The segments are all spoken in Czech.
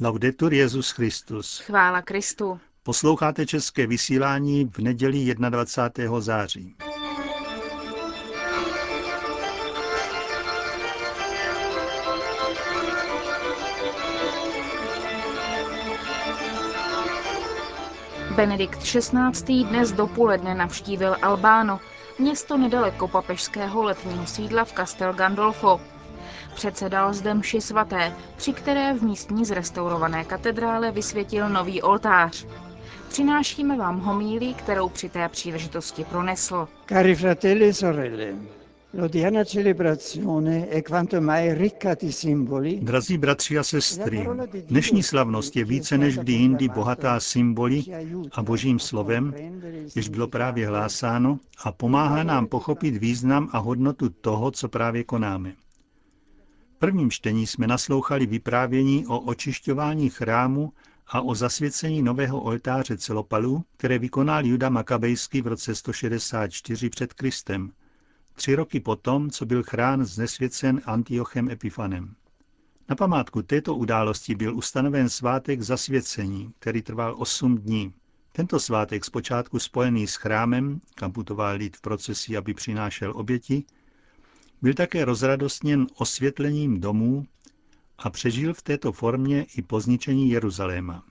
Laudetur Jesus Christus. Chvála Kristu. Posloucháte české vysílání v neděli 21. září. Benedikt XVI. Dnes dopoledne navštívil Albáno, město nedaleko papežského letního sídla v Castel Gandolfo. Předsedal zde mši svaté, při které v místní zrestaurované katedrále vysvětil nový oltář. Přinášíme vám homílii, kterou při té příležitosti pronesl. Cari fratelli e sorelle, l'odierna celebrazione è quanto mai ricca di simboli. Drazí bratři a sestry, dnešní slavnost je více než kdy jindy bohatá symboly a božím slovem, jež bylo právě hlásáno a pomáhá nám pochopit význam a hodnotu toho, co právě konáme. V prvním čtení jsme naslouchali vyprávění o očišťování chrámu a o zasvěcení nového oltáře celopalu, které vykonal Juda Makabejský v roce 164 před Kristem, 3 roky potom, co byl chrám znesvěcen Antiochem Epifanem. Na památku této události byl ustanoven svátek zasvěcení, který trval 8 dní. Tento svátek, zpočátku spojený s chrámem, kam putoval lid v procesi, aby přinášel oběti, byl také rozradostněn osvětlením domů a přežil v této formě i po zničení Jeruzaléma.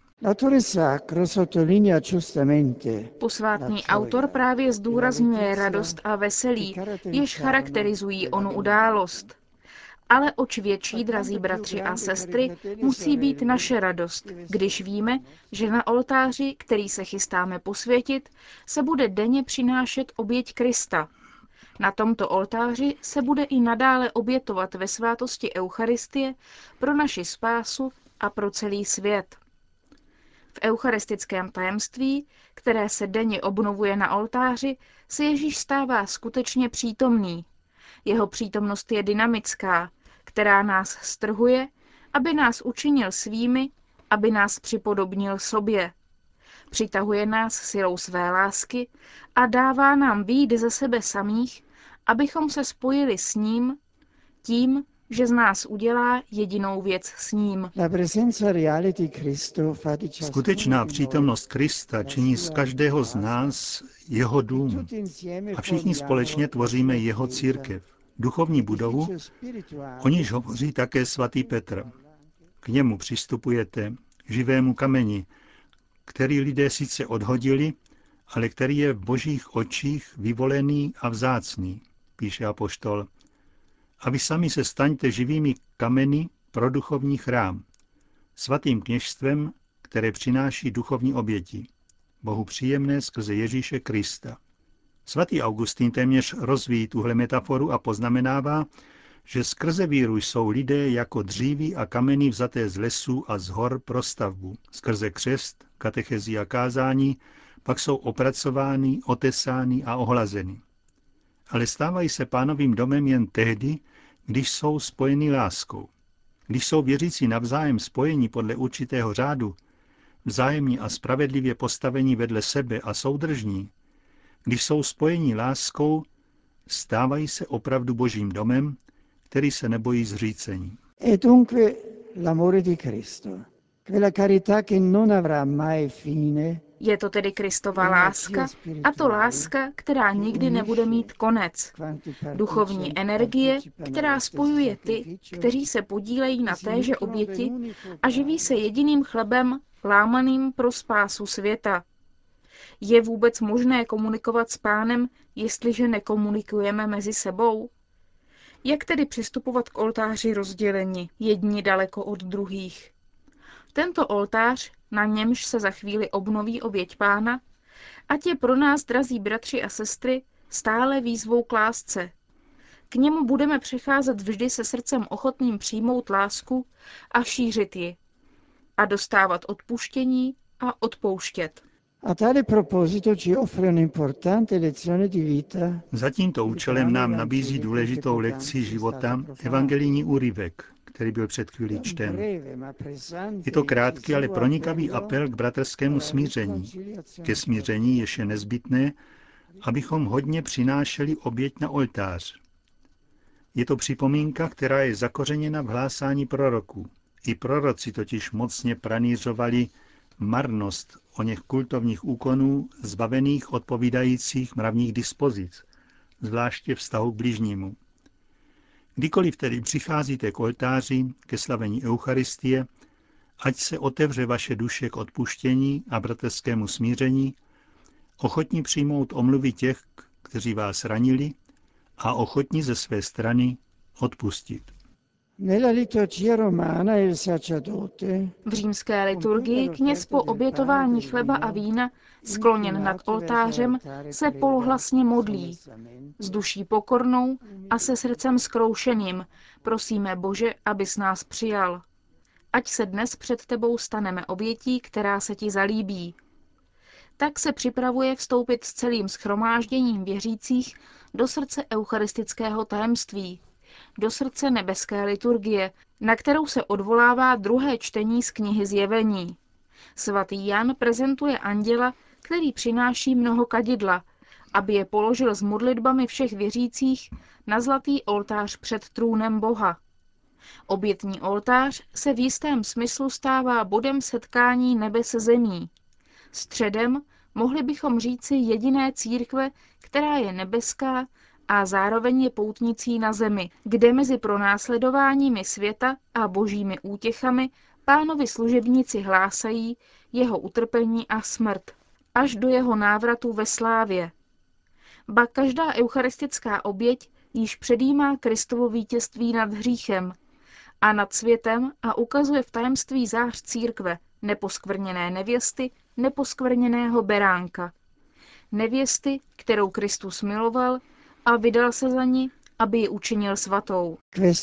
Posvátný autor právě zdůrazňuje radost a veselí, jež charakterizují onu událost. Ale oč větší, drazí bratři a sestry, musí být naše radost, když víme, že na oltáři, který se chystáme posvětit, se bude denně přinášet oběť Krista. Na tomto oltáři se bude i nadále obětovat ve svátosti Eucharistie pro naši spásu a pro celý svět. V eucharistickém tajemství, které se denně obnovuje na oltáři, se Ježíš stává skutečně přítomný. Jeho přítomnost je dynamická, která nás strhuje, aby nás učinil svými, aby nás připodobnil sobě. Přitahuje nás silou své lásky a dává nám vyjít ze sebe samých, abychom se spojili s ním, tím, že z nás udělá jedinou věc s ním. Skutečná přítomnost Krista činí z každého z nás jeho dům a všichni společně tvoříme jeho církev, duchovní budovu, o níž hovoří také svatý Petr. K němu přistupujete, živému kameni, který lidé sice odhodili, ale který je v božích očích vyvolený a vzácný, píše apoštol. A vy sami se staňte živými kameny pro duchovní chrám, svatým kněžstvem, které přináší duchovní oběti, Bohu příjemné skrze Ježíše Krista. Svatý Augustín téměř rozvíjí tuhle metaforu a poznamenává, že skrze víru jsou lidé jako dříví a kameny vzaté z lesů a z hor pro stavbu. Skrze křest, katechezi a kázání pak jsou opracovány, otesány a ohlazeny. Ale stávají se Pánovým domem jen tehdy, když jsou spojeni láskou. Když jsou věřící navzájem spojení podle určitého řádu, vzájemně a spravedlivě postavení vedle sebe a soudržní, když jsou spojeni láskou, stávají se opravdu Božím domem, který se nebojí zřícení. E dunque l'amore di Cristo, quella carità che non avrà mai fine. Je to tedy Kristova láska, a to láska, která nikdy nebude mít konec. Duchovní energie, která spojuje ty, kteří se podílejí na téže oběti a živí se jediným chlebem, lámaným pro spásu světa. Je vůbec možné komunikovat s Pánem, jestliže nekomunikujeme mezi sebou? Jak tedy přistupovat k oltáři rozděleni, jedni daleko od druhých? Tento oltář, na němž se za chvíli obnoví oběť Pána, ať je pro nás, drazí bratři a sestry, stále výzvou k lásce. K němu budeme přecházet vždy se srdcem ochotným přijmout lásku a šířit ji. A dostávat odpuštění a odpouštět. A tale proposito ci offre un'importante lezione di vita. Za tímto účelem nám nabízí důležitou lekci života evangelijní úryvek, který byl před chvílí čten. Je to krátký, ale pronikavý apel k bratrskému smíření. Ke smíření, jež je nezbytné, abychom hodně přinášeli oběť na oltář. Je to připomínka, která je zakořeněna v hlásání proroků. I proroci totiž mocně pranířovali marnost oněch kultovních úkonů zbavených odpovídajících mravních dispozic, zvláště vztahu k bližnímu. Kdykoliv tedy přicházíte k oltáři, ke slavení Eucharistie, ať se otevře vaše duše k odpuštění a bratrskému smíření, ochotní přijmout omluvy těch, kteří vás ranili, a ochotní ze své strany odpustit. V římské liturgii kněz po obětování chleba a vína, skloněn nad oltářem, se polohlasně modlí. S duší pokornou a se srdcem zkroušeným prosíme Bože, abys nás přijal. Ať se dnes před tebou staneme obětí, která se ti zalíbí. Tak se připravuje vstoupit s celým shromážděním věřících do srdce eucharistického tajemství, do srdce nebeské liturgie, na kterou se odvolává druhé čtení z knihy Zjevení. Svatý Jan prezentuje anděla, který přináší mnoho kadidla, aby je položil s modlitbami všech věřících na zlatý oltář před trůnem Boha. Obětní oltář se v jistém smyslu stává bodem setkání nebe se zemí. Středem, mohli bychom říci, jediné církve, která je nebeská a zároveň je poutnicí na zemi, kde mezi pronásledováními světa a božími útěchami Pánovi služebníci hlásají jeho utrpení a smrt, až do jeho návratu ve slávě. Ba každá eucharistická oběť již předjímá Kristovo vítězství nad hříchem a nad světem a ukazuje v tajemství zář církve, neposkvrněné nevěsty, neposkvrněného beránka. Nevěsty, kterou Kristus miloval a vydal se za ní, aby ji učinil svatou.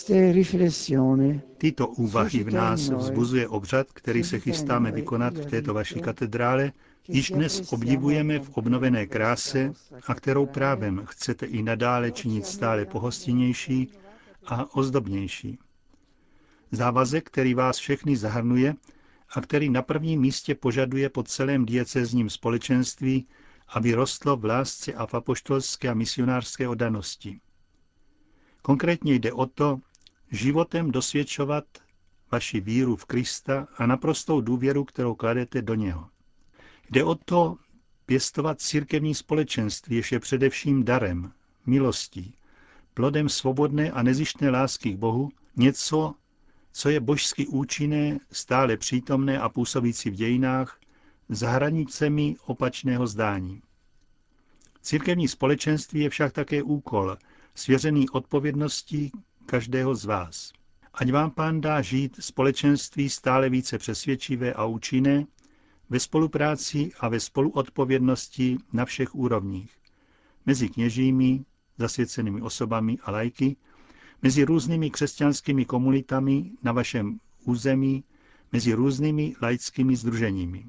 Tyto úvahy v nás vzbuzuje obřad, který se chystáme vykonat v této vaší katedrále, již dnes obdivujeme v obnovené kráse a kterou právem chcete i nadále činit stále pohostinnější a ozdobnější. Závazek, který vás všechny zahrnuje a který na prvním místě požaduje po celém diecézním společenství, aby rostlo v lásce a v apoštolské a misionářské oddanosti. Konkrétně jde o to, životem dosvědčovat vaši víru v Krista a naprostou důvěru, kterou kladete do něho. Jde o to pěstovat církevní společenství, jež je především darem, milostí, plodem svobodné a nezištné lásky k Bohu, něco, co je božsky účinné, stále přítomné a působící v dějinách, za hranicemi opačného zdání. Církevní společenství je však také úkol, svěřený odpovědností každého z vás. Ať vám Pán dá žít společenství stále více přesvědčivé a účinné, ve spolupráci a ve spoluodpovědnosti na všech úrovních. Mezi kněžími, zasvěcenými osobami a laiky, mezi různými křesťanskými komunitami na vašem území, mezi různými laickými sdruženími.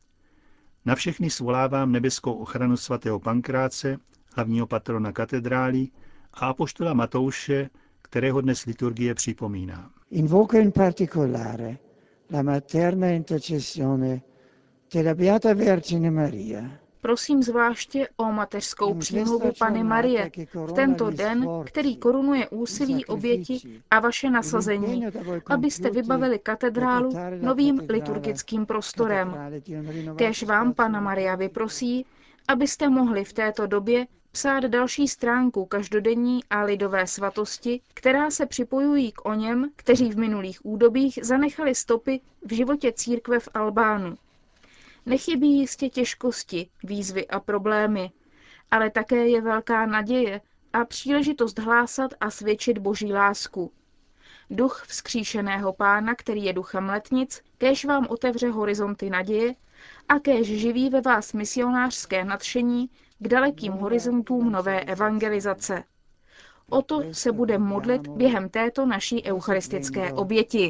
Na všechny svolávám nebeskou ochranu svatého Pankráce, hlavního patrona katedrály, a apoštola Matouše, kterého dnes liturgie připomíná. Invoco in particolare la materna intercessione della Beata Vergine Maria. Prosím zvláště o mateřskou přímluvu Panny Marie v tento den, který korunuje úsilí, oběti a vaše nasazení, abyste vybavili katedrálu novým liturgickým prostorem. Kéž vám Panna Maria vyprosí, abyste mohli v této době psát další stránku každodenní a lidové svatosti, která se připojují k oněm, kteří v minulých údobích zanechali stopy v životě církve v Albánu. Nechybí jistě těžkosti, výzvy a problémy, ale také je velká naděje a příležitost hlásat a svědčit Boží lásku. Duch vzkříšeného Pána, který je duchem letnic, kéž vám otevře horizonty naděje a kéž živí ve vás misionářské nadšení k dalekým horizontům nové evangelizace. O to se bude modlit během této naší eucharistické oběti.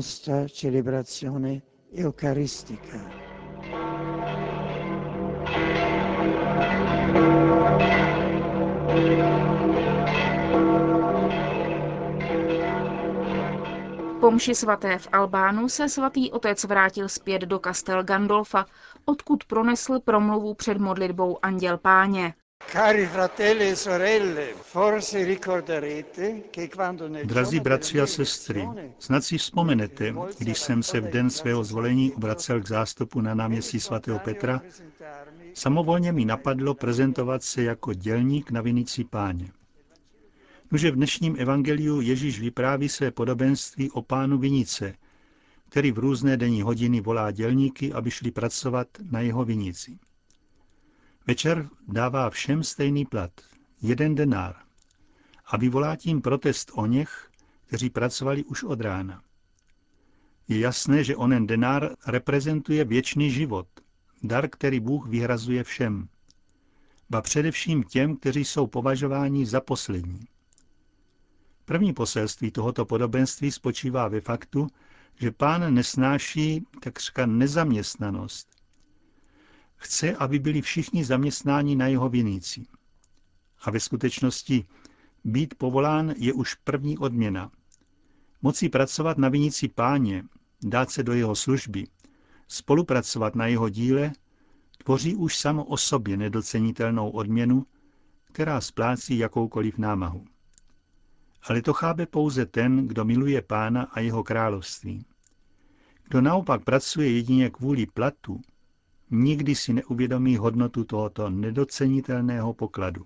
Po mši svaté v Albánu se svatý otec vrátil zpět do Castel Gandolfa, odkud pronesl promluvu před modlitbou Anděl Páně. Cari fratelli e sorelle, forse ricorderete che quando nel Drazí giorno della bratři a mia sestry, elezione snad si vzpomenete, když jsem se v den svého zvolení obracel k zástupu na náměstí svatého Petra, samovolně mi napadlo prezentovat se jako dělník na vinici Páně. Nože v dnešním evangeliu Ježíš vypráví své podobenství o pánu vinice, který v různé denní hodiny volá dělníky, aby šli pracovat na jeho vinici. Večer dává všem stejný plat, 1 denár, a vyvolá tím protest o něch, kteří pracovali už od rána. Je jasné, že onen denár reprezentuje věčný život, dar, který Bůh vyhrazuje všem, ba především těm, kteří jsou považováni za poslední. První poselství tohoto podobenství spočívá ve faktu, že Pán nesnáší takřka nezaměstnanost. Chce, aby byli všichni zaměstnáni na jeho vinici. A ve skutečnosti být povolán je už první odměna. Moci pracovat na vinici Páně, dát se do jeho služby, spolupracovat na jeho díle, tvoří už samo o sobě nedocenitelnou odměnu, která splácí jakoukoliv námahu. Ale to chápe pouze ten, kdo miluje Pána a jeho království. Kdo naopak pracuje jedině kvůli platu, nikdy si neuvědomí hodnotu tohoto nedocenitelného pokladu.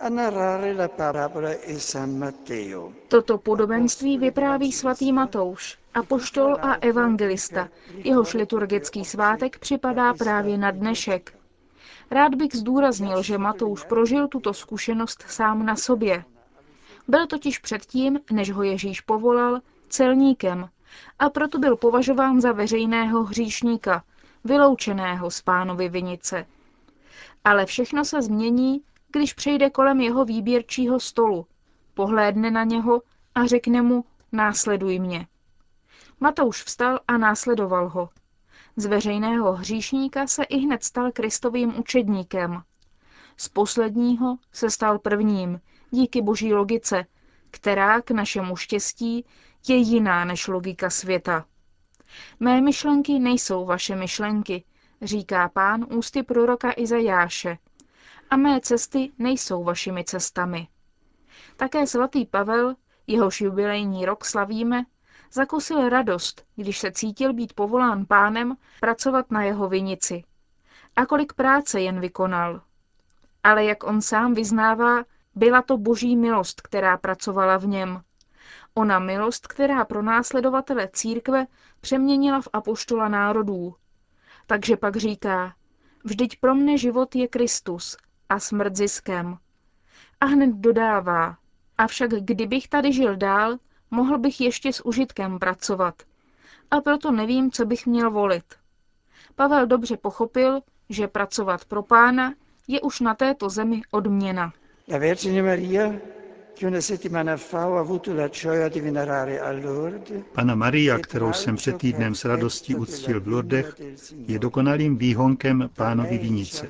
Toto podobenství vypráví svatý Matouš, apoštol a evangelista. Jehož liturgický svátek připadá právě na dnešek. Rád bych zdůraznil, že Matouš prožil tuto zkušenost sám na sobě. Byl totiž předtím, než ho Ježíš povolal, celníkem a proto byl považován za veřejného hříšníka, vyloučeného z Pánovy vinice. Ale všechno se změní, když přejde kolem jeho výběrčího stolu, pohlédne na něho a řekne mu: následuj mě. Matouš vstal a následoval ho. Z veřejného hříšníka se ihned stal Kristovým učedníkem. Z posledního se stal prvním, díky boží logice, která k našemu štěstí je jiná než logika světa. Mé myšlenky nejsou vaše myšlenky, říká Pán ústy proroka Izajáše, a mé cesty nejsou vašimi cestami. Také svatý Pavel, jehož jubilejní rok slavíme, zakusil radost, když se cítil být povolán Pánem pracovat na jeho vinici. A kolik práce jen vykonal. Ale jak on sám vyznává, byla to boží milost, která pracovala v něm. Ona milost, která pro následovatele církve přeměnila v apoštola národů. Takže pak říká: vždyť pro mne život je Kristus a smrt ziskem. A hned dodává: avšak kdybych tady žil dál, mohl bych ještě s užitkem pracovat. A proto nevím, co bych měl volit. Pavel dobře pochopil, že pracovat pro Pána je už na této zemi odměna. La Vergine Maria, che una settimana fa ho avuto la gioia di venerare a Lourdes, Panna Maria, kterou jsem před týdnem s radostí uctil v Lourdech, je dokonalým výhonkem Pánovy vinice.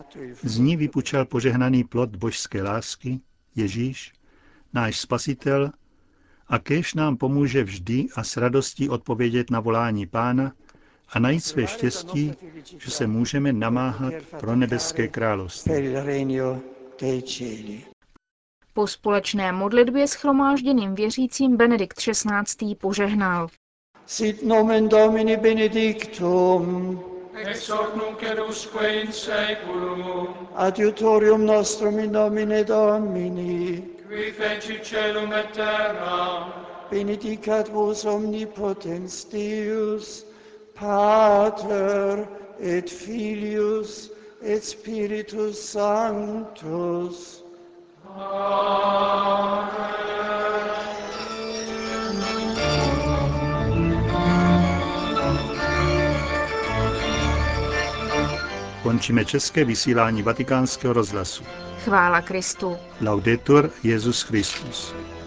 Z ní vypučal požehnaný plod božské lásky, Ježíš, náš Spasitel, a kéž nám pomůže vždy a s radostí odpovědět na volání Pána a najít své štěstí, že se můžeme namáhat pro nebeské království. Po společné modlitbě shromážděným věřícím Benedikt XVI. Požehnal. Sit nomen Domini benedictum, ex hoc nunc et usque in saeculum, adiutorium nostrum in nomine Domini, qui feci caelum et terra, benedicat vos omnipotens Deus, Pater et Filius et Spiritus Sanctus. Končíme české vysílání Vatikánského rozhlasu. Chvála Kristu. Laudetur Jesus Christus.